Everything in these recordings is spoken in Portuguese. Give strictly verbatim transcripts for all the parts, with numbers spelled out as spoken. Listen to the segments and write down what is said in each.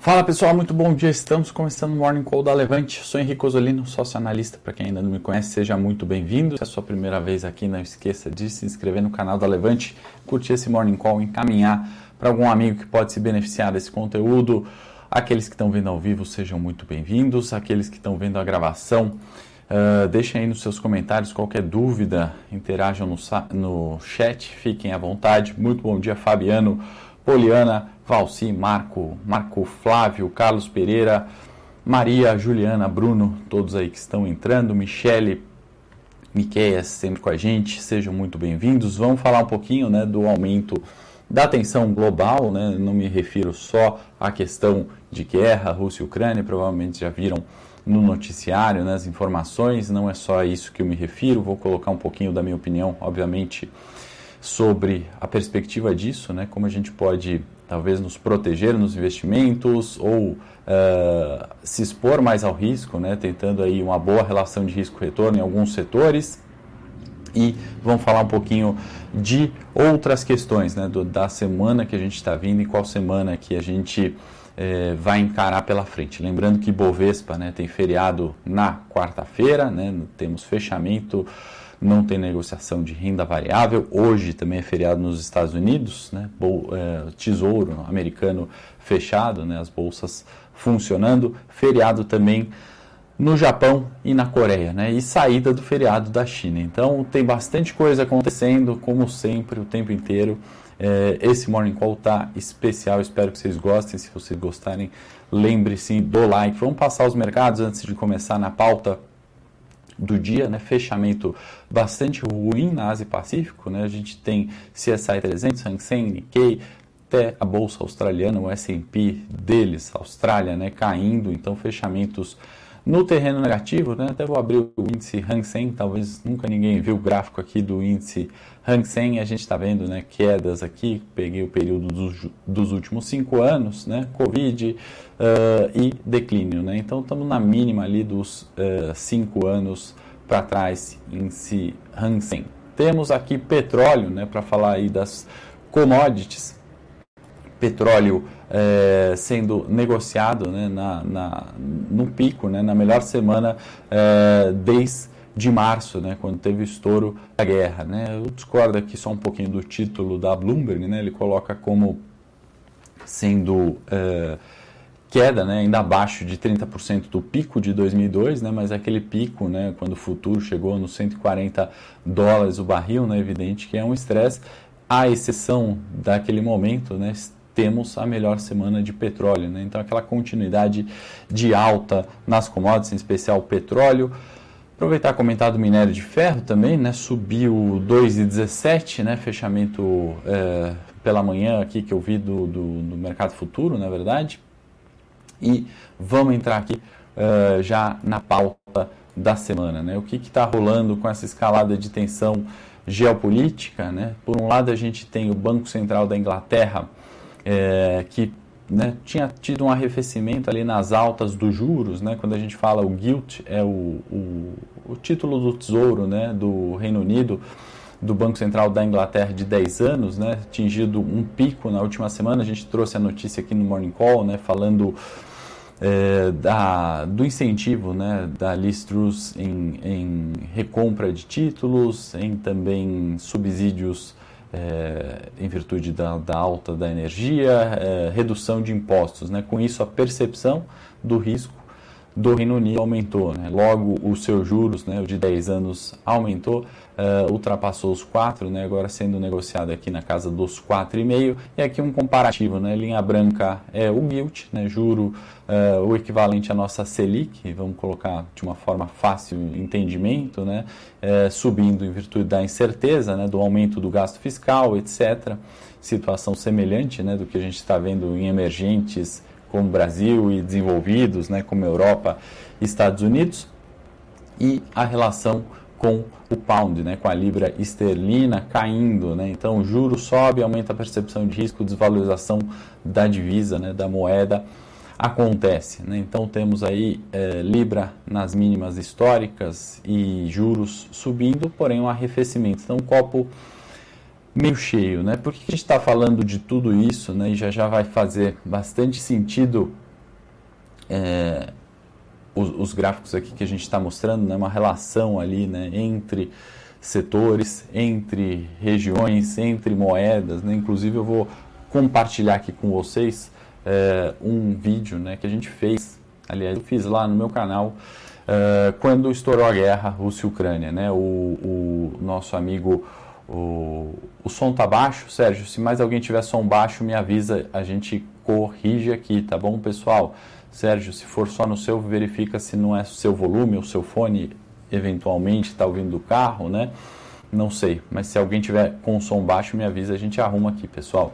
Fala pessoal, muito bom dia, estamos começando o Morning Call da Levante. Sou Henrique Osolino, sócio analista, para quem ainda não me conhece, seja muito bem-vindo. Se é a sua primeira vez aqui, não esqueça de se inscrever no canal da Levante, curtir esse Morning Call, encaminhar para algum amigo que pode se beneficiar desse conteúdo. Aqueles que estão vendo ao vivo, sejam muito bem-vindos. Aqueles que estão vendo a gravação, uh, deixem aí nos seus comentários qualquer dúvida, interajam no, no chat, fiquem à vontade. Muito bom dia, Fabiano, Poliana, Valci, Marco, Marco Flávio, Carlos Pereira, Maria, Juliana, Bruno, todos aí que estão entrando, Michele, Miqueias, sempre com a gente, sejam muito bem-vindos. Vamos falar um pouquinho, né, do aumento da tensão global, né? Não me refiro só à questão de guerra, Rússia e Ucrânia, provavelmente já viram no noticiário, né, as informações, não é só a isso que eu me refiro, vou colocar um pouquinho da minha opinião, obviamente, sobre a perspectiva disso, né, como a gente pode talvez nos proteger nos investimentos ou uh, se expor mais ao risco, né, tentando aí uma boa relação de risco-retorno em alguns setores. E vamos falar um pouquinho de outras questões, né, do, da semana que a gente está vindo e qual semana que a gente eh, vai encarar pela frente. Lembrando que Bovespa, né, tem feriado na quarta-feira, né, temos fechamento, não tem negociação de renda variável. Hoje também é feriado nos Estados Unidos, né? Bol, é, tesouro americano fechado, né? As bolsas funcionando. Feriado também no Japão e na Coreia, né? E saída do feriado da China. Então tem bastante coisa acontecendo, como sempre, o tempo inteiro. É, esse Morning Call tá especial, espero que vocês gostem. Se vocês gostarem, lembre-se do like. Vamos passar os mercados antes de começar na pauta do dia, né? Fechamento bastante ruim na Ásia Pacífico, né? A gente tem C S I trezentos, Hang Seng, Nikkei, até a bolsa australiana, o S and P deles, Austrália, né, caindo, então fechamentos no terreno negativo, né? Até vou abrir o índice Hang Seng, talvez nunca ninguém viu o gráfico aqui do índice Hang Seng, a gente está vendo, né, quedas aqui, peguei o período dos, dos últimos cinco anos, né, Covid uh, e declínio, né? Então estamos na mínima ali dos uh, cinco anos para trás, índice Hang Seng. Temos aqui petróleo, né, para falar aí das commodities. Petróleo é, sendo negociado, né, na, na, no pico, né, na melhor semana é, desde março, né, quando teve o estouro da guerra, né. Eu discordo aqui só um pouquinho do título da Bloomberg, né, ele coloca como sendo é, queda, né, ainda abaixo de trinta por cento do pico de dois mil e dois, né, mas aquele pico, né, quando o futuro chegou nos cento e quarenta dólares o barril, né, evidente que é um estresse, à exceção daquele momento, né, temos a melhor semana de petróleo, né? Então aquela continuidade de alta nas commodities, em especial o petróleo. Aproveitar e comentar do minério de ferro também, né? Subiu dois vírgula dezessete, né? Fechamento é, pela manhã aqui que eu vi do, do, do mercado futuro, na verdade. E vamos entrar aqui é, já na pauta da semana, né? O que está rolando com essa escalada de tensão geopolítica, né? Por um lado a gente tem o Banco Central da Inglaterra, É, que, né, tinha tido um arrefecimento ali nas altas dos juros, né, quando a gente fala o gilt, é o, o, o título do tesouro, né, do Reino Unido, do Banco Central da Inglaterra de dez anos, né, atingido um pico na última semana. A gente trouxe a notícia aqui no Morning Call, né, falando é, da, do incentivo, né, da Liz Truss em, em recompra de títulos, em também subsídios É, em virtude da, da alta da energia, é, redução de impostos, né? Com isso a percepção do risco do Reino Unido aumentou, né? Logo os seus juros, né, o de dez anos aumentou, uh, ultrapassou os quatro, né, agora sendo negociado aqui na casa dos quatro vírgula cinco, e aqui um comparativo, né, linha branca é o gilt, né, juro uh, o equivalente à nossa Selic, vamos colocar de uma forma fácil entendimento, né, uh, subindo em virtude da incerteza, né, do aumento do gasto fiscal, etcétera. Situação semelhante, né, do que a gente está vendo em emergentes como Brasil e desenvolvidos, né, como Europa e Estados Unidos, e a relação com o pound, né, com a libra esterlina caindo, né, então o juro sobe, aumenta a percepção de risco, desvalorização da divisa, né, da moeda acontece, né, então temos aí é, libra nas mínimas históricas e juros subindo, porém um arrefecimento, então um copo meio cheio, né? Por que a gente está falando de tudo isso, né? E já já vai fazer bastante sentido é, os, os gráficos aqui que a gente está mostrando, né, uma relação ali, né, entre setores, entre regiões, entre moedas, né? Inclusive eu vou compartilhar aqui com vocês é, um vídeo, né, que a gente fez, aliás, eu fiz lá no meu canal, é, quando estourou a guerra Rússia-Ucrânia, né? O, o nosso amigo, o, o som tá baixo, Sérgio, se mais alguém tiver som baixo, me avisa, a gente corrige aqui, tá bom, pessoal? Sérgio, se for só no seu, verifica se não é o seu volume ou seu fone, eventualmente está ouvindo do carro, né? Não sei, mas se alguém tiver com som baixo, me avisa, a gente arruma aqui, pessoal.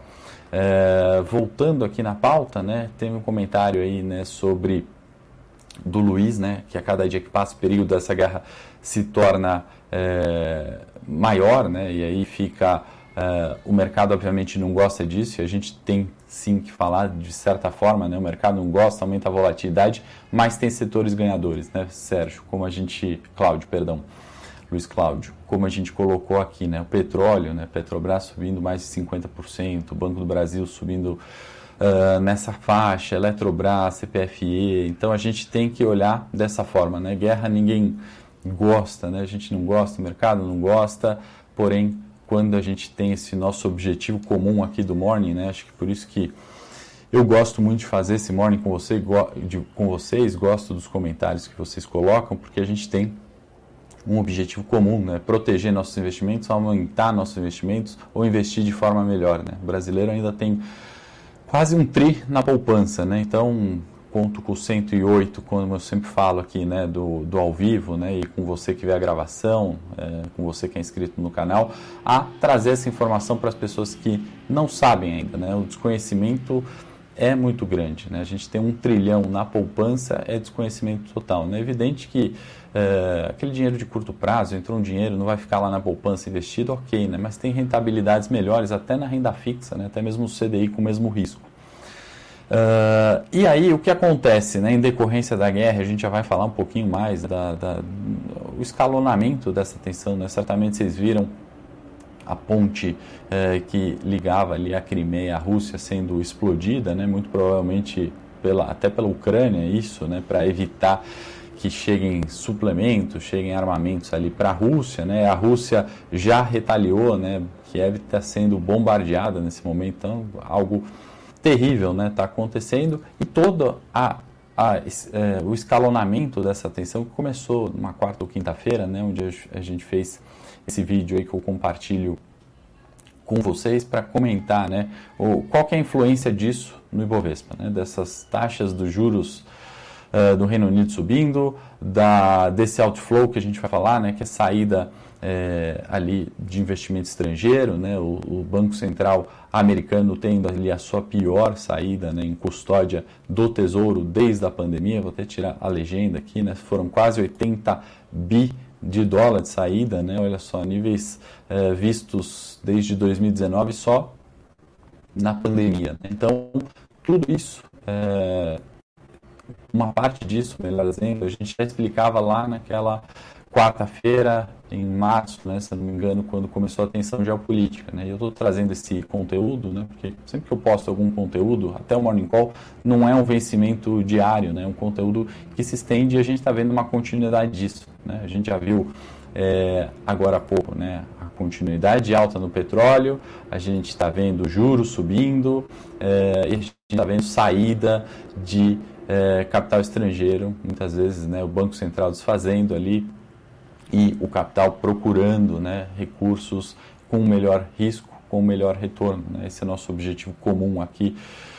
É, voltando aqui na pauta, né? Tem um comentário aí, né, sobre do Luiz, né? Que a cada dia que passa o período dessa guerra se torna é, maior, né? E aí fica é, o mercado obviamente não gosta disso. E a gente tem sim que falar de certa forma, né? O mercado não gosta, aumenta a volatilidade, mas tem setores ganhadores, né, Sérgio? Como a gente, Cláudio, perdão, Luiz Cláudio, como a gente colocou aqui, né? O petróleo, né? Petrobras subindo mais de cinquenta por cento, o Banco do Brasil subindo uh, nessa faixa, Eletrobras, C P F E. Então a gente tem que olhar dessa forma, né? Guerra ninguém gosta, né? A gente não gosta, o mercado não gosta, porém quando a gente tem esse nosso objetivo comum aqui do Morning, né? Acho que por isso que eu gosto muito de fazer esse Morning com, você, de, com vocês, gosto dos comentários que vocês colocam, porque a gente tem um objetivo comum, né? Proteger nossos investimentos, aumentar nossos investimentos ou investir de forma melhor, né? O brasileiro ainda tem quase um tri na poupança, né? Então, conto com cento e oito, como eu sempre falo aqui, né, do, do ao vivo, né, e com você que vê a gravação, é, com você que é inscrito no canal, a trazer essa informação para as pessoas que não sabem ainda, né? O desconhecimento é muito grande, né? A gente tem um trilhão na poupança, é desconhecimento total, né? É evidente que é, aquele dinheiro de curto prazo, entrou um dinheiro, não vai ficar lá na poupança investido, ok, né? Mas tem rentabilidades melhores até na renda fixa, né? Até mesmo no C D I com o mesmo risco. Uh, e aí o que acontece, né, em decorrência da guerra, a gente já vai falar um pouquinho mais da, da, o escalonamento dessa tensão, né? Certamente vocês viram a ponte eh, que ligava ali a Crimeia e a Rússia sendo explodida, né? Muito provavelmente pela, até pela Ucrânia, isso, né? Para evitar que cheguem suplementos, cheguem armamentos ali para a Rússia, né? A Rússia já retaliou, né? Kiev está sendo bombardeada nesse momento, então algo terrível, né, está acontecendo, e todo a, a, é, o escalonamento dessa tensão que começou numa quarta ou quinta-feira, né, onde a gente fez esse vídeo aí que eu compartilho com vocês para comentar, né, o, qual que é a influência disso no Ibovespa, né, dessas taxas dos juros uh, do Reino Unido subindo, da, desse outflow que a gente vai falar, né, que é saída É, ali de investimento estrangeiro, né? O, o Banco Central americano tendo ali a sua pior saída, né, em custódia do Tesouro desde a pandemia. Vou até tirar a legenda aqui, né? Foram quase oitenta bi de dólar de saída, né? Olha só, níveis é, vistos desde dois mil e dezenove só na pandemia, né? Então, tudo isso, é, uma parte disso, melhor dizendo, a gente já explicava lá naquela quarta-feira, em março, né, se não me engano, quando começou a tensão geopolítica, né? E eu estou trazendo esse conteúdo, né, porque sempre que eu posto algum conteúdo, até o Morning Call, não é um vencimento diário, né? É um conteúdo que se estende e a gente está vendo uma continuidade disso, né? A gente já viu é, agora há pouco, né, a continuidade alta no petróleo, a gente está vendo juros subindo, é, e a gente está vendo saída de é, capital estrangeiro, muitas vezes, né, o Banco Central desfazendo ali, e o capital procurando, né, recursos com melhor risco, com melhor retorno, né? Esse é o nosso objetivo comum aqui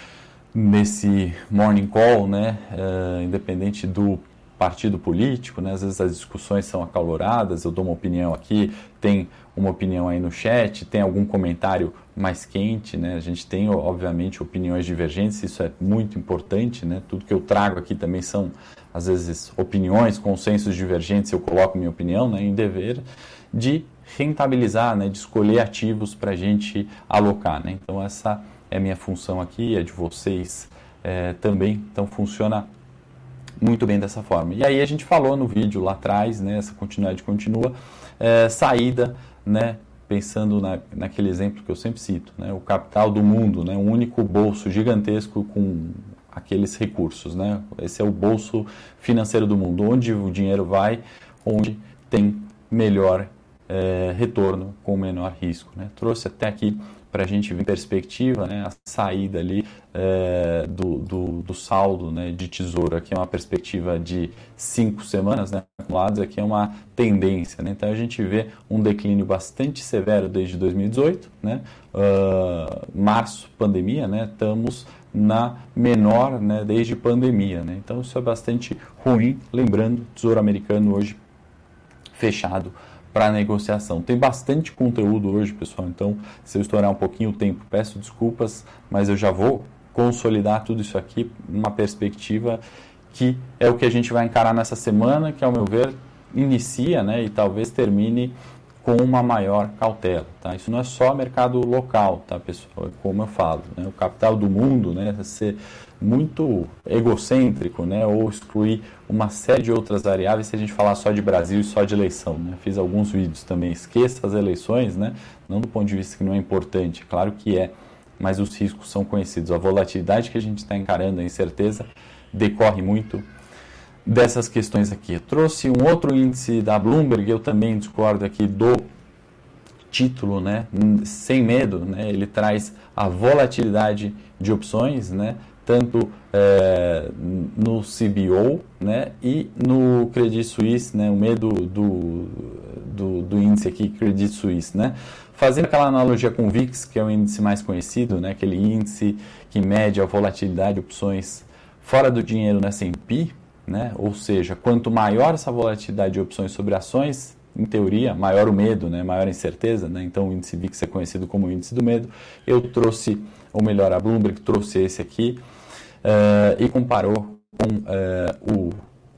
nesse Morning Call, né? Uh, independente do partido político, né? Às vezes as discussões são acaloradas, eu dou uma opinião aqui, tem uma opinião aí no chat, tem algum comentário mais quente, né? A gente tem, obviamente, opiniões divergentes, isso é muito importante, né? Tudo que eu trago aqui também são, às vezes, opiniões, consensos divergentes, eu coloco minha opinião, né? Em dever de rentabilizar, né? De escolher ativos para a gente alocar, né? Então, essa é a minha função aqui, é de vocês é, também, então funciona muito bem dessa forma. E aí a gente falou no vídeo lá atrás, né, essa continuidade continua, é, saída, né, pensando na, naquele exemplo que eu sempre cito, né, o capital do mundo, né, um único bolso gigantesco com aqueles recursos, né? Esse é o bolso financeiro do mundo, onde o dinheiro vai, onde tem melhor é, retorno com menor risco, né? Trouxe até aqui para a gente ver em perspectiva, né, a saída ali é, do, do, do saldo, né, de tesouro. Aqui é uma perspectiva de cinco semanas, né, acumulados, aqui é uma tendência, né? Então a gente vê um declínio bastante severo desde dois mil e dezoito, né, uh, março, pandemia, né, estamos na menor, né, desde pandemia, né? Então isso é bastante ruim, lembrando, o Tesouro Americano hoje fechado para negociação. Tem bastante conteúdo hoje, pessoal, então se eu estourar um pouquinho o tempo, peço desculpas, mas eu já vou consolidar tudo isso aqui numa perspectiva que é o que a gente vai encarar nessa semana, que ao meu ver inicia, né, e talvez termine com uma maior cautela, tá? Isso não é só mercado local, tá, pessoal? Como eu falo, né? O capital do mundo, né, ser muito egocêntrico, né, ou excluir uma série de outras variáveis se a gente falar só de Brasil e só de eleição, né? Fiz alguns vídeos também, esqueça as eleições, né? Não do ponto de vista que não é importante, claro que é, mas os riscos são conhecidos. A volatilidade que a gente está encarando, a incerteza, decorre muito dessas questões aqui. Eu trouxe um outro índice da Bloomberg, eu também discordo aqui do título, né? Sem medo, né? Ele traz a volatilidade de opções, né? Tanto é, no C B O, né, e no Credit Suisse, né, o medo do, do, do índice aqui, Credit Suisse, né, fazendo aquela analogia com o V I X, que é o índice mais conhecido, né, aquele índice que mede a volatilidade de opções fora do dinheiro na S and P, né, ou seja, quanto maior essa volatilidade de opções sobre ações, em teoria, maior o medo, né, maior a incerteza, né, então o índice V I X é conhecido como o índice do medo. Eu trouxe, ou melhor, a Bloomberg trouxe esse aqui, Uh, e comparou com uh, o,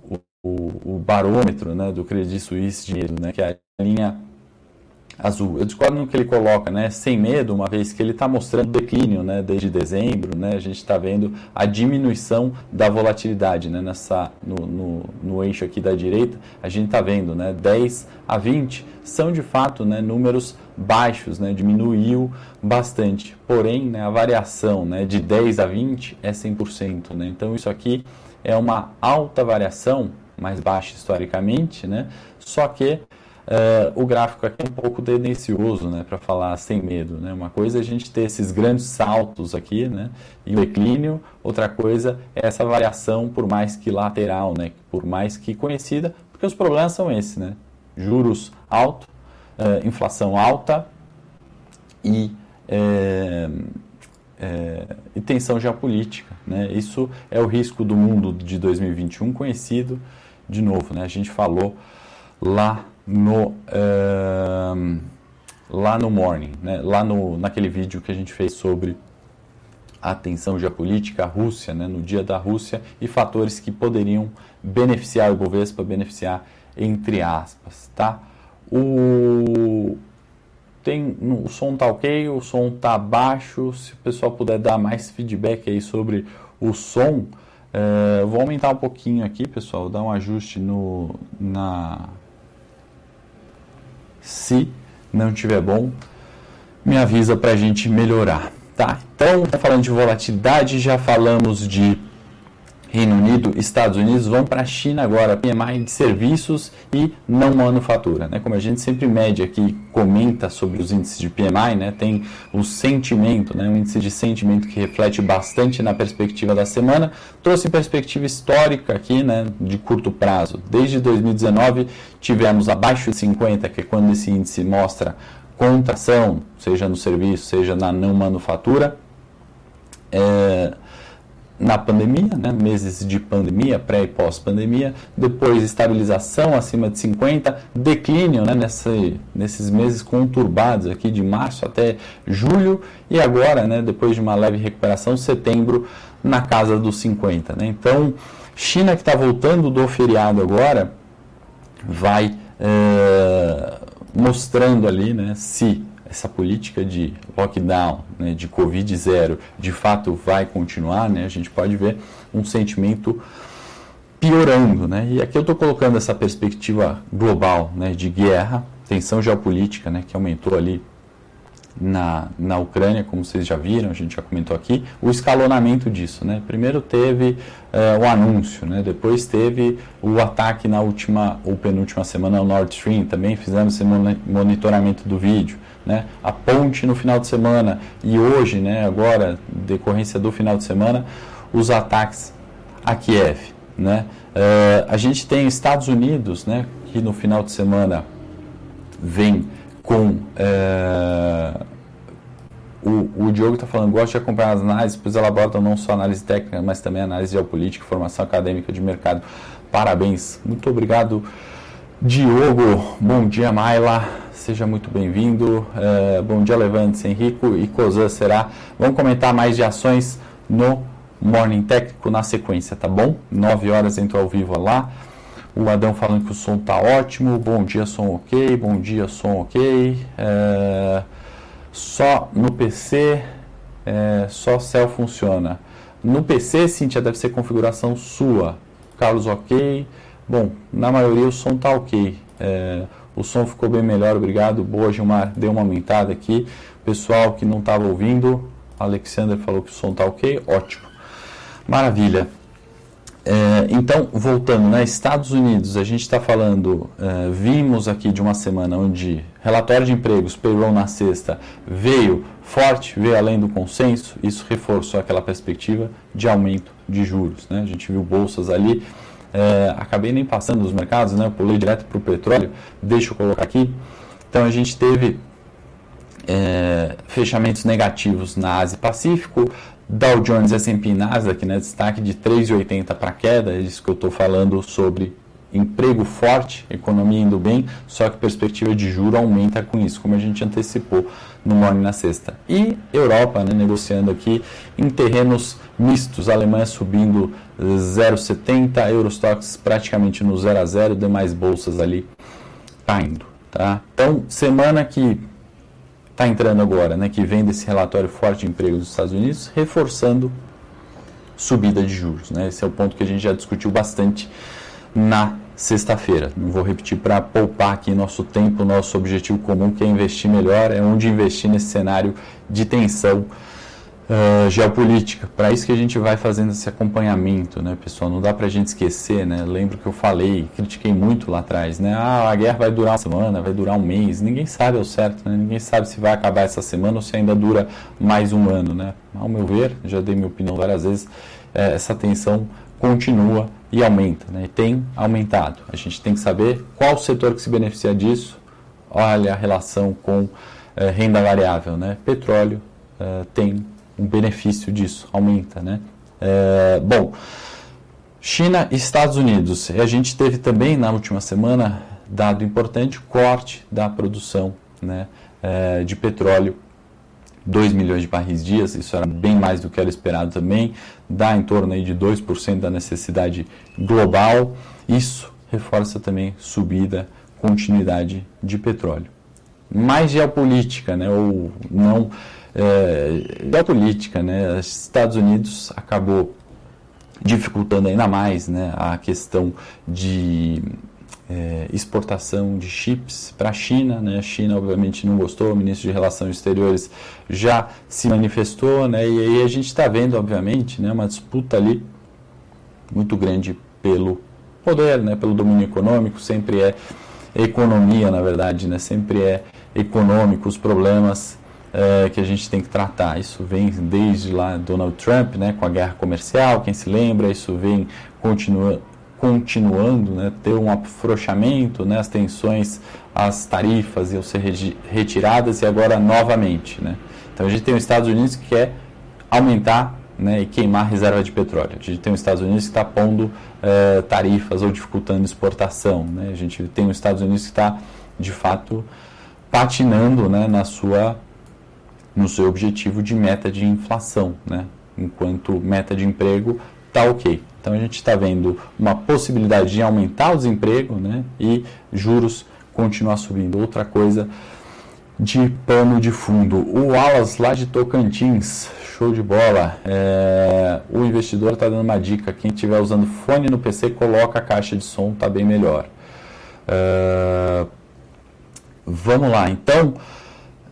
o, o barômetro, né, do Credit Suisse dinheiro, né, que é a linha azul. Eu discordo no que ele coloca, né, sem medo, uma vez que ele está mostrando declínio, né, desde dezembro, né, a gente está vendo a diminuição da volatilidade, né, nessa, no, no, no eixo aqui da direita, a gente está vendo, né, dez a vinte são de fato, né, números baixos, né, diminuiu bastante, porém, né, a variação, né, de dez a vinte é cem por cento, né, então isso aqui é uma alta variação, mais baixa historicamente, né, só que Uh, o gráfico aqui é um pouco tendencioso, né, para falar sem medo, né? Uma coisa é a gente ter esses grandes saltos aqui, né, e o declínio, outra coisa é essa variação, por mais que lateral, né, por mais que conhecida, porque os problemas são esses, né? Juros altos, uh, inflação alta e, é, é, e tensão geopolítica, né? Isso é o risco do mundo de dois mil e vinte e um conhecido, de novo, né? A gente falou lá no uh, lá no Morning, né? Lá no, naquele vídeo que a gente fez sobre a tensão geopolítica, a Rússia, né? No dia da Rússia e fatores que poderiam beneficiar o Bovespa, beneficiar entre aspas, tá? O tem o som tá ok, o som tá baixo, se o pessoal puder dar mais feedback aí sobre o som, uh, vou aumentar um pouquinho aqui, pessoal, dar um ajuste no na se não estiver bom, me avisa para a gente melhorar, tá? Então, falando de volatilidade, já falamos de Reino Unido, Estados Unidos, vamos para a China agora, P M I de serviços e não manufatura, né? Como a gente sempre mede aqui, comenta sobre os índices de P M I, né? Tem o sentimento, né? Um índice de sentimento que reflete bastante na perspectiva da semana. Trouxe perspectiva histórica aqui, né? De curto prazo. Desde dois mil e dezenove tivemos abaixo de cinquenta, que é quando esse índice mostra contração, seja no serviço, seja na não manufatura. É... Na pandemia, né, meses de pandemia, pré e pós-pandemia, depois estabilização acima de cinquenta, declínio, né, nesse, nesses meses conturbados aqui de março até julho, e agora, né, depois de uma leve recuperação, setembro na casa dos cinquenta. Né? Então, China que está voltando do feriado agora, vai é, mostrando ali, né, se essa política de lockdown, né, de Covid zero, de fato vai continuar, né, a gente pode ver um sentimento piorando, né, e aqui eu estou colocando essa perspectiva global, né, de guerra, tensão geopolítica, né, que aumentou ali na, na Ucrânia, como vocês já viram, a gente já comentou aqui, o escalonamento disso, né? Primeiro teve uh, o anúncio, né? Depois teve o ataque na última ou penúltima semana ao Nord Stream, também fizemos esse monitoramento do vídeo, né? A ponte no final de semana e hoje, né, agora, decorrência do final de semana, os ataques a Kiev, né? Uh, a gente tem Estados Unidos, né, que no final de semana vem com é, o, o Diogo está falando, gosto de acompanhar as análises, pois ela aborda não só análise técnica, mas também análise geopolítica, formação acadêmica de mercado. Parabéns, muito obrigado, Diogo. Bom dia, Maila, seja muito bem-vindo. É, bom dia, Levantes, Henrico e Cozan será. Vamos comentar mais de ações no Morning Técnico na sequência, tá bom? nove horas entro ao vivo lá. O Adão falando que o som tá ótimo, bom dia, som ok, bom dia, som ok, é, só no P C, é, só céu funciona. No P C, Cíntia, deve ser configuração sua. Carlos, ok. Bom, na maioria o som tá ok, é, o som ficou bem melhor, obrigado. Boa, Gilmar, deu uma aumentada aqui. Pessoal que não estava ouvindo, Alexander falou que o som tá ok, ótimo. Maravilha. É, então, voltando, né, Estados Unidos, a gente está falando, é, vimos aqui de uma semana onde relatório de empregos, payroll na sexta, veio forte, veio além do consenso, isso reforçou aquela perspectiva de aumento de juros, né? A gente viu bolsas ali, é, acabei nem passando nos mercados, né, pulei direto para o petróleo, deixa eu colocar aqui. Então, a gente teve é, fechamentos negativos na Ásia e Pacífico, Dow Jones, S and P e Nasdaq, né, destaque de três vírgula oitenta para queda, é isso que eu estou falando sobre emprego forte, economia indo bem, só que perspectiva de juro aumenta com isso, como a gente antecipou no Morning na sexta. E Europa, né, negociando aqui em terrenos mistos, Alemanha subindo zero vírgula setenta, Eurostoxx praticamente no zero a zero, demais bolsas ali caindo, tá? Então, semana que está entrando agora, né, que vem desse relatório forte de emprego dos Estados Unidos, reforçando subida de juros, né? Esse é o ponto que a gente já discutiu bastante na sexta-feira. Não vou repetir para poupar aqui nosso tempo, nosso objetivo comum, que é investir melhor, é onde investir nesse cenário de tensão uh, geopolítica. Para isso que a gente vai fazendo esse acompanhamento, né, pessoal? Não dá para a gente esquecer, né? Lembro que eu falei, critiquei muito lá atrás, né? Ah, a guerra vai durar uma semana, vai durar um mês. Ninguém sabe ao certo, né? Ninguém sabe se vai acabar essa semana ou se ainda dura mais um ano, né? Ao meu ver, já dei minha opinião várias vezes, é, essa tensão continua e aumenta, né? E tem aumentado. A gente tem que saber qual setor que se beneficia disso. Olha a relação com é, renda variável, né? Petróleo é, tem um benefício disso, aumenta, né? É, bom, China e Estados Unidos. A gente teve também na última semana dado importante corte da produção, né, é, de petróleo, dois milhões de barris dias, isso era bem mais do que era esperado também, dá em torno aí de dois por cento da necessidade global. Isso reforça também subida, continuidade de petróleo. Mais geopolítica, né, ou não... É, geopolítica, né? Os Estados Unidos acabou dificultando ainda mais, né, a questão de é, exportação de chips para a China, né? A China obviamente não gostou, o ministro de Relações Exteriores já se manifestou, né? E aí a gente está vendo obviamente, né, uma disputa ali muito grande pelo poder, né, pelo domínio econômico. Sempre é economia, na verdade, né? Sempre é econômico os problemas É, que a gente tem que tratar. Isso vem desde lá Donald Trump, né, com a guerra comercial, quem se lembra, isso vem continua, continuando, né, ter um afrouxamento, né, as tensões, as tarifas iam ser retiradas e agora novamente, né. Então a gente tem os Estados Unidos que quer aumentar, né, e queimar a reserva de petróleo. A gente tem os Estados Unidos que está pondo é, tarifas ou dificultando exportação, né. A gente tem os Estados Unidos que está, de fato, patinando, né, na sua no seu objetivo de meta de inflação, né? Enquanto meta de emprego está ok. Então a gente está vendo uma possibilidade de aumentar o desemprego, né? E juros continuar subindo. Outra coisa de pano de fundo. O Wallace lá de Tocantins, show de bola. É... O investidor está dando uma dica, quem estiver usando fone no P C, coloca a caixa de som, está bem melhor. É... Vamos lá, então...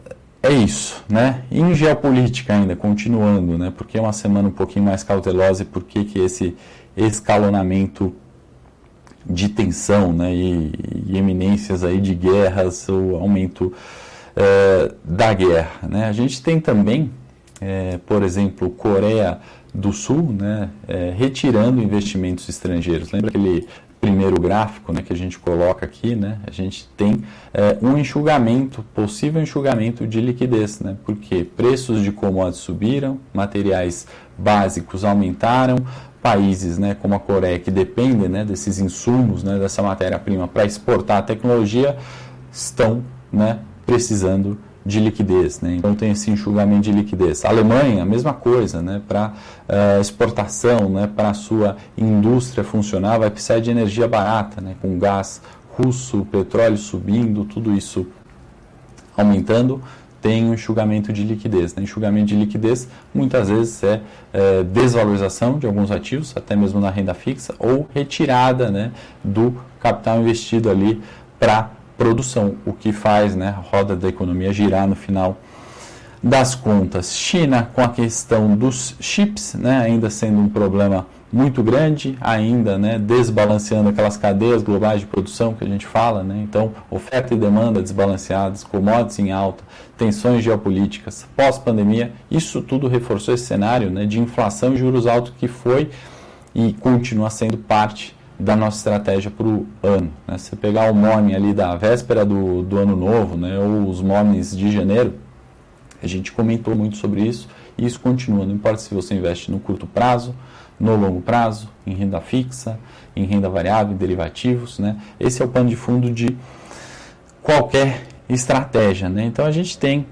é isso, né? E em geopolítica ainda, continuando, né? Porque é uma semana um pouquinho mais cautelosa e por que que esse escalonamento de tensão, né? E, e eminências aí de guerras, o aumento é, da guerra, né? A gente tem também, é, por exemplo, Coreia do Sul, né? É, retirando investimentos estrangeiros. Lembra aquele primeiro gráfico, né, que a gente coloca aqui, né, a gente tem é, um enxugamento, possível enxugamento de liquidez, né, porque preços de commodities subiram, materiais básicos aumentaram, países, né, como a Coreia, que dependem, né, desses insumos, né, dessa matéria-prima para exportar a tecnologia, estão, né, precisando de liquidez, né? Então tem esse enxugamento de liquidez. A Alemanha, a mesma coisa, né? Para uh, exportação, né? Para a sua indústria funcionar, vai precisar de energia barata, né? Com gás russo, petróleo subindo, tudo isso aumentando, tem um enxugamento de liquidez, né? Enxugamento de liquidez muitas vezes é, é desvalorização de alguns ativos, até mesmo na renda fixa, ou retirada, né? Do capital investido ali para produção, o que faz, né, a roda da economia girar no final das contas. China com a questão dos chips, né, ainda sendo um problema muito grande, ainda, né, desbalanceando aquelas cadeias globais de produção que a gente fala, né, então oferta e demanda desbalanceadas, commodities em alta, tensões geopolíticas, pós-pandemia, isso tudo reforçou esse cenário, né, de inflação e juros altos que foi e continua sendo parte da nossa estratégia para o ano. Né? Se você pegar o morning ali da véspera do, do ano novo, né, ou os mornings de janeiro, a gente comentou muito sobre isso e isso continua, não importa se você investe no curto prazo, no longo prazo, em renda fixa, em renda variável, em derivativos, né? Esse é o pano de fundo de qualquer estratégia, né? Então a gente tem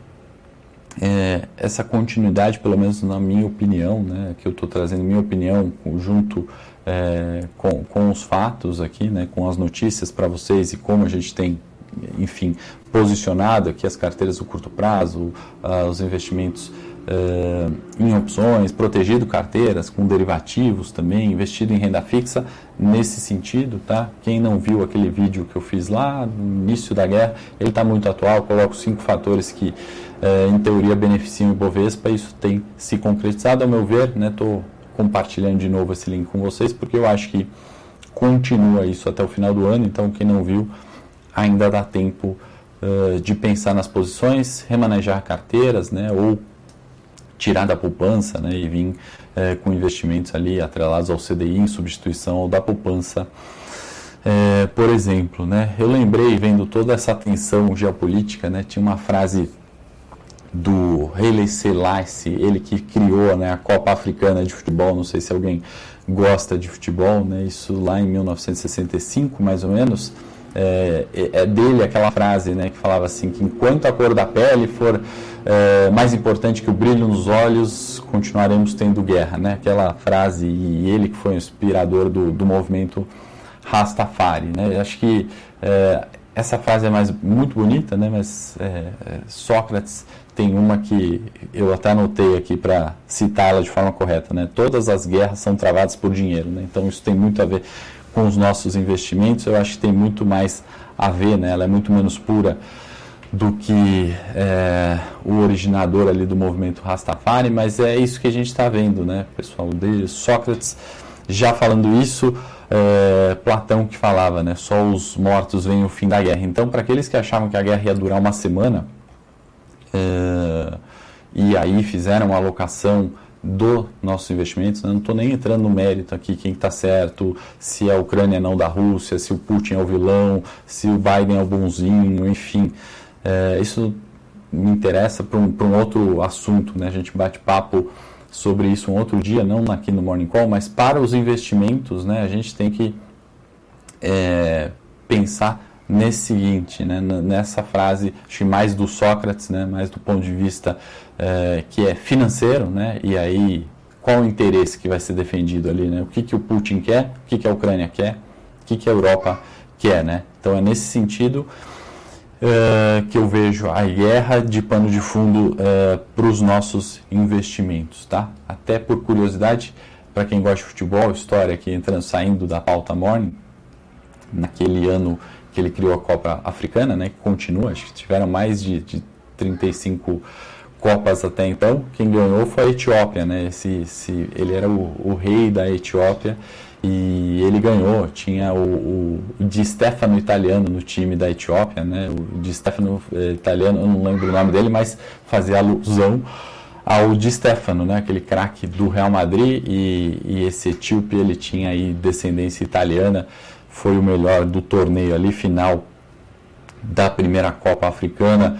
é, essa continuidade, pelo menos na minha opinião, né, que eu estou trazendo minha opinião junto É, com, com os fatos aqui, né, com as notícias para vocês e como a gente tem, enfim, posicionado aqui as carteiras do curto prazo, uh, os investimentos uh, em opções, protegido carteiras com derivativos também, investido em renda fixa nesse sentido, tá? Quem não viu aquele vídeo que eu fiz lá no início da guerra, ele está muito atual, coloco cinco fatores que uh, em teoria beneficiam o Ibovespa, isso tem se concretizado, ao meu ver, né, tô compartilhando de novo esse link com vocês, porque eu acho que continua isso até o final do ano, então quem não viu, ainda dá tempo uh, de pensar nas posições, remanejar carteiras, né, ou tirar da poupança, né, e vir uh, com investimentos ali atrelados ao C D I em substituição ou da poupança, uh, por exemplo. Né. Eu lembrei, vendo toda essa tensão geopolítica, né, tinha uma frase do Haile Selassie, ele que criou, né, a Copa Africana de Futebol, não sei se alguém gosta de futebol, né, isso lá em mil novecentos e sessenta e cinco, mais ou menos, é, é dele aquela frase, né, que falava assim, que enquanto a cor da pele for é, mais importante que o brilho nos olhos, continuaremos tendo guerra, né, aquela frase, e ele que foi o inspirador do, do movimento Rastafari, né, acho que é, essa frase é mais, muito bonita, né, mas é, Sócrates tem uma que eu até anotei aqui para citá-la de forma correta, né? Todas as guerras são travadas por dinheiro, né? Então isso tem muito a ver com os nossos investimentos, eu acho que tem muito mais a ver, né? Ela é muito menos pura do que é, o originador ali do movimento Rastafari, mas é isso que a gente está vendo, né, pessoal? De Sócrates já falando isso, é, Platão que falava, né? Só os mortos veem o fim da guerra. Então, para aqueles que achavam que a guerra ia durar uma semana, Uh, e aí fizeram uma alocação dos nossos investimentos, né? Não estou nem entrando no mérito aqui, quem está certo, se a Ucrânia não da Rússia, se o Putin é o vilão, se o Biden é o bonzinho, enfim, uh, isso me interessa para um, para um outro assunto, né? A gente bate papo sobre isso um outro dia, não aqui no Morning Call, mas para os investimentos, né, a gente tem que é, pensar nesse seguinte, né, nessa frase, acho que mais do Sócrates, né, mais do ponto de vista é, que é financeiro, né, e aí qual o interesse que vai ser defendido ali, né, o que, que o Putin quer, o que, que a Ucrânia quer, o que, que a Europa quer, né, então é nesse sentido é, que eu vejo a guerra de pano de fundo é, para os nossos investimentos, tá, até por curiosidade, para quem gosta de futebol, história aqui entrando, saindo da pauta Morning, naquele ano que ele criou a Copa Africana, né, que continua, acho que tiveram mais de, de trinta e cinco Copas até então. Quem ganhou foi a Etiópia, né? Esse, esse, ele era o, o rei da Etiópia e ele ganhou. Tinha o, o Di Stefano italiano no time da Etiópia, né? O Di Stefano eh, italiano, eu não lembro o nome dele, mas fazia alusão ao Di Stefano, né? Aquele craque do Real Madrid, e, e esse etíope, ele tinha aí descendência italiana, foi o melhor do torneio ali, final da primeira Copa Africana.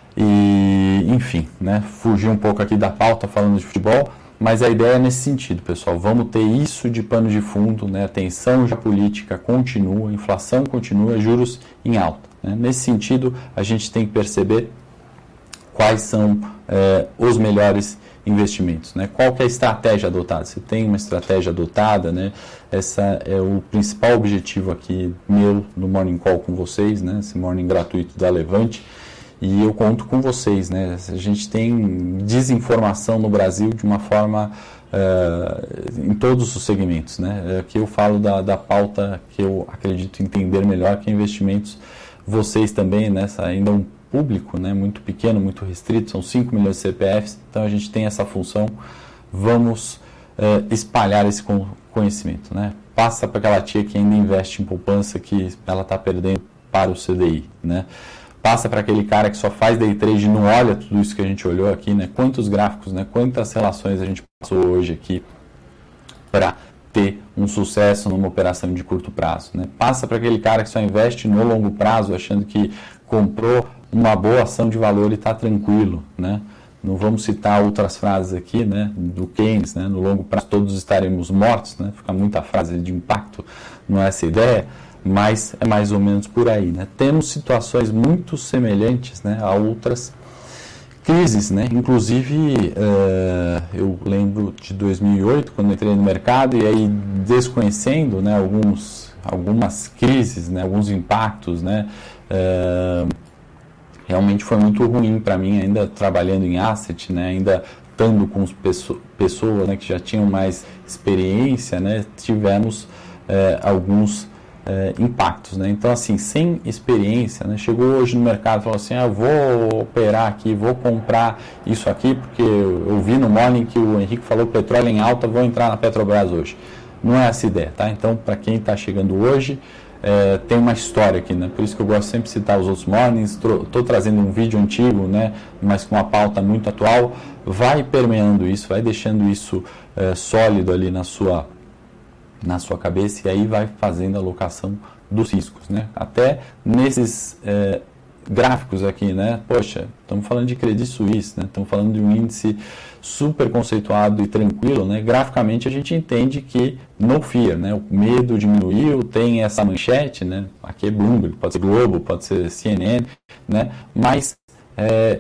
E, enfim, né, fugir um pouco aqui da pauta falando de futebol, mas a ideia é nesse sentido, pessoal. Vamos ter isso de pano de fundo, né? A tensão geopolítica continua, a inflação continua, juros em alta, né? Nesse sentido, a gente tem que perceber quais são eh, os melhores investimentos, né? Qual que é a estratégia adotada? Se tem uma estratégia adotada, né? Essa é o principal objetivo aqui meu no Morning Call com vocês, né? Esse morning gratuito da Levante. E eu conto com vocês, né? A gente tem desinformação no Brasil de uma forma uh, em todos os segmentos, né? Aqui eu falo da, da pauta que eu acredito entender melhor, que é investimentos. Vocês também, né? Ainda um público, né? Muito pequeno, muito restrito, são cinco milhões de C P Fs, então a gente tem essa função. Vamos uh, espalhar esse conhecimento, né? Passa para aquela tia que ainda investe em poupança, que ela está perdendo para o C D I, né? Passa para aquele cara que só faz day trade e não olha tudo isso que a gente olhou aqui, né? Quantos gráficos, né? Quantas relações a gente passou hoje aqui para ter um sucesso numa operação de curto prazo, né? Passa para aquele cara que só investe no longo prazo, achando que comprou uma boa ação de valor e está tranquilo, né? Não vamos citar outras frases aqui, né? Do Keynes, né? No longo prazo todos estaremos mortos, né? Fica muita frase de impacto, não é essa a ideia? Mas é mais ou menos por aí, né? Temos situações muito semelhantes, né, a outras crises, né? Inclusive, uh, eu lembro de dois mil e oito, quando entrei no mercado, e aí desconhecendo, né, alguns, algumas crises, né, alguns impactos, né? Uh, realmente foi muito ruim para mim, ainda trabalhando em asset, né, ainda estando com pessoas, pessoas, né, que já tinham mais experiência, né? Tivemos uh, alguns É, impactos, né? Então, assim, sem experiência, né? Chegou hoje no mercado e falou assim, ah, eu vou operar aqui, vou comprar isso aqui, porque eu vi no morning que o Henrique falou petróleo em alta, vou entrar na Petrobras hoje. Não é essa ideia, tá? Então, para quem está chegando hoje, é, tem uma história aqui, né? Por isso que eu gosto sempre de citar os outros mornings. Estou trazendo um vídeo antigo, né? Mas com uma pauta muito atual. Vai permeando isso, vai deixando isso é, sólido ali na sua na sua cabeça, e aí vai fazendo a alocação dos riscos, né? Até nesses é, gráficos aqui, né? Poxa, estamos falando de Credit Suisse, né? Estamos falando de um índice super conceituado e tranquilo, né? Graficamente a gente entende que no fear, né? O medo diminuiu, tem essa manchete, né? Aqui é Bloomberg, pode ser Globo, pode ser C N N, né? Mas é,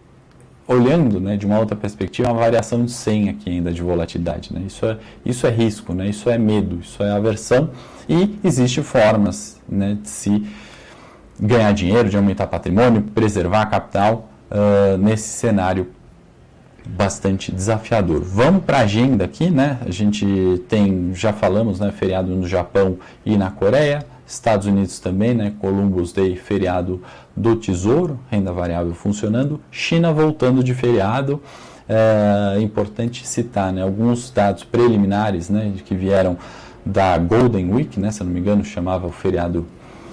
olhando, né, de uma outra perspectiva, uma variação de cem aqui ainda de volatilidade, né? Isso é, isso é risco, né? Isso é medo, isso é aversão, e existem formas, né, de se ganhar dinheiro, de aumentar patrimônio, preservar capital uh, nesse cenário bastante desafiador. Vamos para a agenda aqui, né? A gente tem, já falamos, né, feriado no Japão e na Coreia, Estados Unidos também, né? Columbus Day, feriado do Tesouro, renda variável funcionando, China voltando de feriado. É importante citar, né, alguns dados preliminares, né, que vieram da Golden Week, né, se eu não me engano chamava o feriado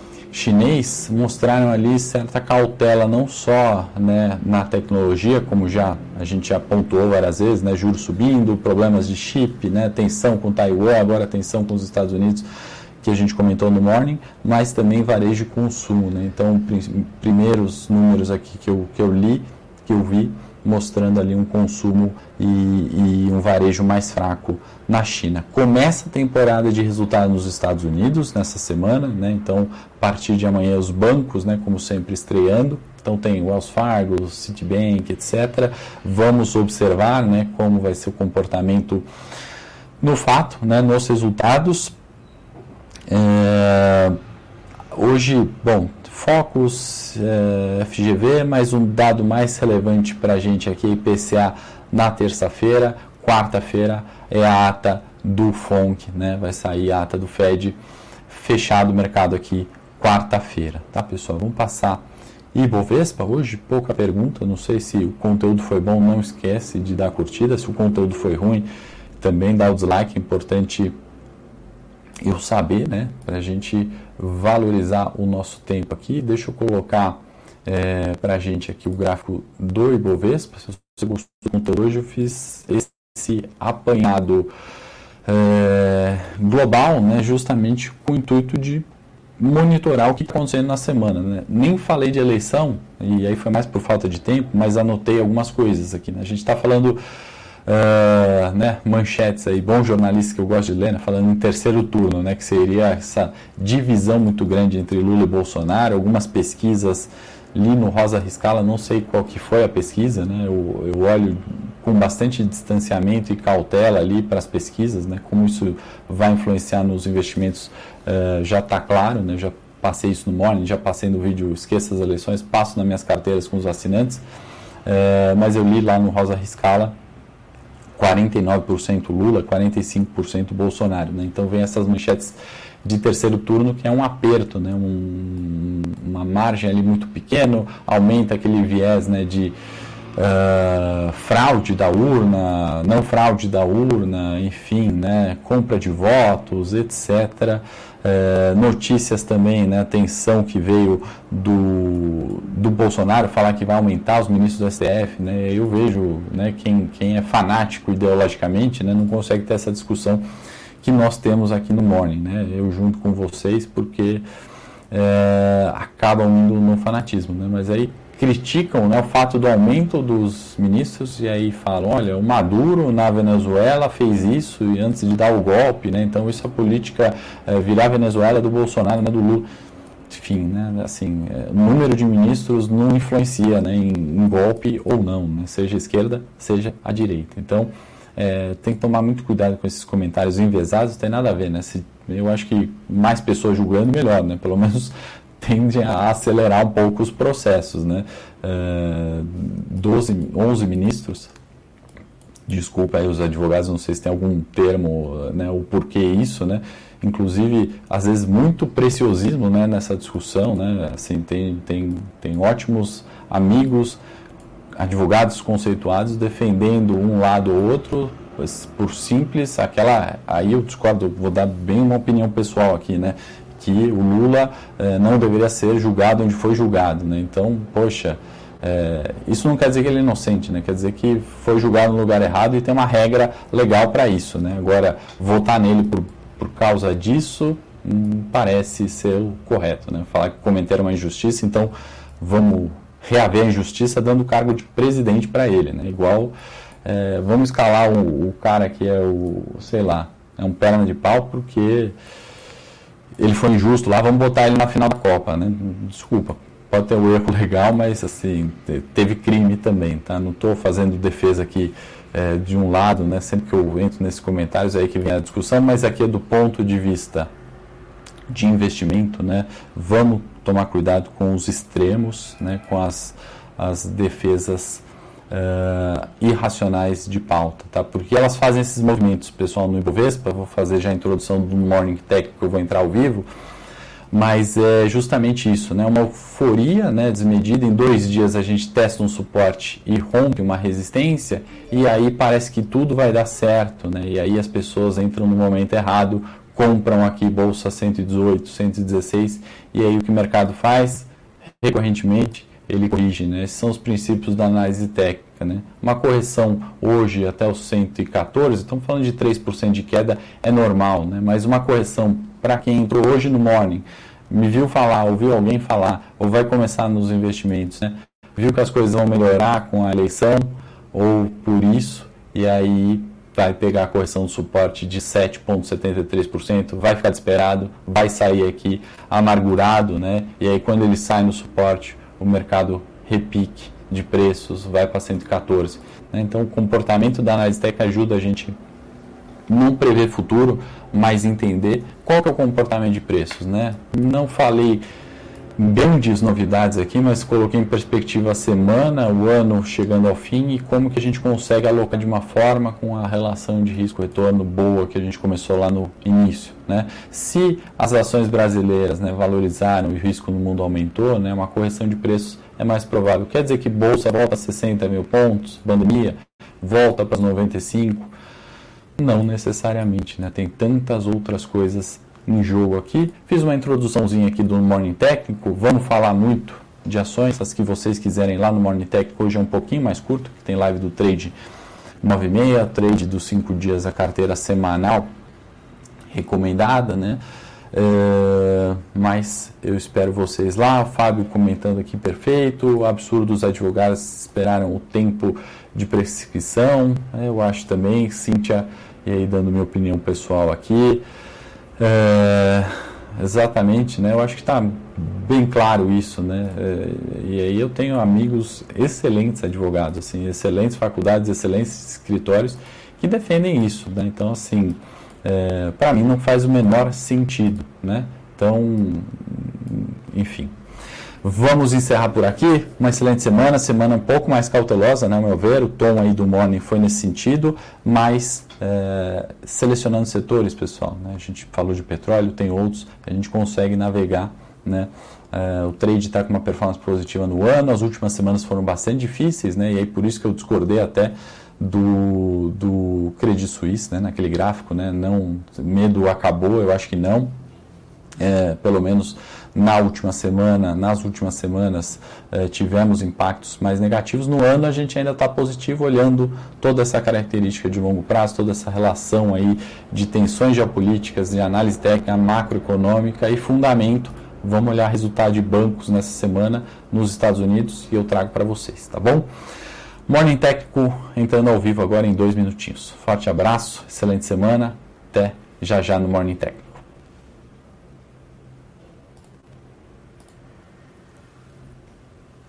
chinês, mostraram ali certa cautela, não só, né, na tecnologia, como já a gente já pontuou várias vezes, né, juros subindo, problemas de chip, né, tensão com Taiwan, agora tensão com os Estados Unidos, que a gente comentou no morning, mas também varejo e consumo, né? Então, prim- primeiros números aqui que eu, que eu li, que eu vi, mostrando ali um consumo e, e um varejo mais fraco na China. Começa a temporada de resultados nos Estados Unidos nessa semana, né? Então, a partir de amanhã, os bancos, né, como sempre, estreando. Então, tem Wells Fargo, Citibank, etcétera. Vamos observar, né, como vai ser o comportamento no fato, né, nos resultados. É, hoje, bom, Focus, é, F G V, mas um dado mais relevante para a gente aqui, I P C A na terça-feira, quarta-feira é a ata do F O N C, né? Vai sair a ata do Fed, fechado o mercado aqui quarta-feira, tá, pessoal? Vamos passar Ibovespa, hoje pouca pergunta, não sei se o conteúdo foi bom, não esquece de dar curtida, se o conteúdo foi ruim, também dá o dislike, é importante eu saber, né, para a gente valorizar o nosso tempo aqui. Deixa eu colocar é, para a gente aqui o gráfico do Ibovespa. Se você gostou do conteúdo hoje, eu fiz esse apanhado é, global, né, justamente com o intuito de monitorar o que está acontecendo na semana, né? Nem falei de eleição, e aí foi mais por falta de tempo, mas anotei algumas coisas aqui, né? A gente está falando, uh, né, manchetes aí, bom jornalista que eu gosto de ler, né, falando em terceiro turno, né, que seria essa divisão muito grande entre Lula e Bolsonaro. Algumas pesquisas li no Rosa Riscala, não sei qual que foi a pesquisa, né? Eu, eu olho com bastante distanciamento e cautela ali para as pesquisas, né? Como isso vai influenciar nos investimentos uh, já está claro, né? Já passei isso no Morning, já passei no vídeo Esqueça as Eleições, passo nas minhas carteiras com os assinantes, uh, mas eu li lá no Rosa Riscala, quarenta e nove por cento Lula, quarenta e cinco por cento Bolsonaro, né? Então vem essas manchetes de terceiro turno, que é um aperto, né? um, uma margem ali muito pequena, aumenta aquele viés, né, de uh, fraude da urna, não fraude da urna, enfim, né, compra de votos, etcétera. Uh, notícias também, né, a tensão que veio do, do Bolsonaro, falar que vai aumentar os ministros do S T F, né, eu vejo, né, quem, quem é fanático ideologicamente, né, não consegue ter essa discussão que nós temos aqui no Morning, né? Eu junto com vocês, porque é, acabam indo no fanatismo, né? Mas aí criticam, né, o fato do aumento dos ministros e aí falam, olha, o Maduro na Venezuela fez isso e antes de dar o golpe, né? Então isso é a política, é, virar a Venezuela do Bolsonaro, né, do Lula. Enfim, né, assim, é, o número de ministros não influencia, né, em, em golpe ou não, né? Seja a esquerda, seja a direita. Então, É, tem que tomar muito cuidado com esses comentários enviesados, não tem nada a ver, né? Se, eu acho que mais pessoas julgando, melhor, né? Pelo menos tende a acelerar um pouco os processos, né? Uh, doze, onze ministros, desculpa aí os advogados, não sei se tem algum termo, né? O porquê isso, né? Inclusive, às vezes, muito preciosismo, né, nessa discussão, né? Assim, tem, tem, tem ótimos amigos, advogados conceituados defendendo um lado ou outro, por simples, aquela, aí eu discordo, vou dar bem uma opinião pessoal aqui, né, que o Lula eh, não deveria ser julgado onde foi julgado, né, então, poxa, eh, isso não quer dizer que ele é inocente, né, quer dizer que foi julgado no lugar errado e tem uma regra legal para isso, né, agora, votar nele por, por causa disso, hum, parece ser o correto, né, falar que cometeram uma injustiça, então, vamos reaver a injustiça dando o cargo de presidente para ele, né? Igual, é, vamos escalar o, o cara que é o, sei lá, é um perna de pau porque ele foi injusto lá, vamos botar ele na final da Copa, né? Desculpa, pode ter um erro legal, mas assim, teve crime também, tá? Não estou fazendo defesa aqui é, de um lado, né? Sempre que eu entro nesses comentários é aí que vem a discussão, mas aqui é do ponto de vista de investimento, né? Vamos tomar cuidado com os extremos, né? Com as, as defesas uh, irracionais de pauta, tá? Porque elas fazem esses movimentos, pessoal, no Ibovespa, vou fazer já a introdução do Morning Tech, que eu vou entrar ao vivo, mas é justamente isso, né? Uma euforia, né, desmedida, em dois dias a gente testa um suporte e rompe uma resistência, e aí parece que tudo vai dar certo, né? E aí as pessoas entram no momento errado, compram aqui bolsa cento e dezoito, cento e dezesseis, e aí o que o mercado faz? Recorrentemente, ele corrige, né? Esses são os princípios da análise técnica, né? Uma correção hoje até os cento e quatorze, estamos falando de três por cento de queda, é normal, né? Mas uma correção para quem entrou hoje no Morning, me viu falar, ouviu alguém falar, ou vai começar nos investimentos, né? Viu que as coisas vão melhorar com a eleição, ou por isso, e aí vai pegar a correção do suporte de sete vírgula setenta e três por cento, vai ficar desesperado, vai sair aqui amargurado, né? E aí quando ele sai no suporte, o mercado repique de preços, vai para cento e quatorze. Né? Então o comportamento da análise técnica ajuda a gente não prever futuro, mas entender qual que é o comportamento de preços, né? Não falei grandes novidades aqui, mas coloquei em perspectiva a semana, o ano chegando ao fim e como que a gente consegue alocar de uma forma com a relação de risco-retorno boa que a gente começou lá no início, né? Se as ações brasileiras, né, valorizaram e o risco no mundo aumentou, né, uma correção de preços é mais provável. Quer dizer que bolsa volta a sessenta mil pontos, pandemia volta para os noventa e cinco? Não necessariamente, né? Tem tantas outras coisas em jogo aqui. Fiz uma introduçãozinha aqui do Morning Técnico, vamos falar muito de ações, as que vocês quiserem lá no Morning Técnico, hoje é um pouquinho mais curto, tem live do Trade nove e meia, trade dos cinco dias, a carteira semanal recomendada, né? É, mas eu espero vocês lá. Fábio comentando aqui, perfeito. Absurdo, os advogados esperaram o tempo de prescrição, eu acho também. Cíntia, e aí dando minha opinião pessoal aqui, é, exatamente, né? Eu acho que está bem claro isso, né? É, e aí eu tenho amigos excelentes advogados, assim, excelentes faculdades, excelentes escritórios que defendem isso, né? Então, assim, é, para mim não faz o menor sentido, né? Então, enfim. Vamos encerrar por aqui. Uma excelente semana, semana um pouco mais cautelosa, né, ao meu ver. O tom aí do Morning foi nesse sentido, mas é, selecionando setores, pessoal, né? A gente falou de petróleo, tem outros, a gente consegue navegar, né? É, o trade está com uma performance positiva no ano, as últimas semanas foram bastante difíceis, né? E aí por isso que eu discordei até do, do Credit Suisse, né? Naquele gráfico, né? Não, medo acabou, eu acho que não. É, pelo menos na última semana, nas últimas semanas eh, tivemos impactos mais negativos. No ano a gente ainda está positivo, olhando toda essa característica de longo prazo, toda essa relação aí de tensões geopolíticas, de análise técnica, macroeconômica e fundamento. Vamos olhar resultado de bancos nessa semana nos Estados Unidos e eu trago para vocês, tá bom? Morning Técnico entrando ao vivo agora em dois minutinhos. Forte abraço, excelente semana, até já já no Morning Técnico.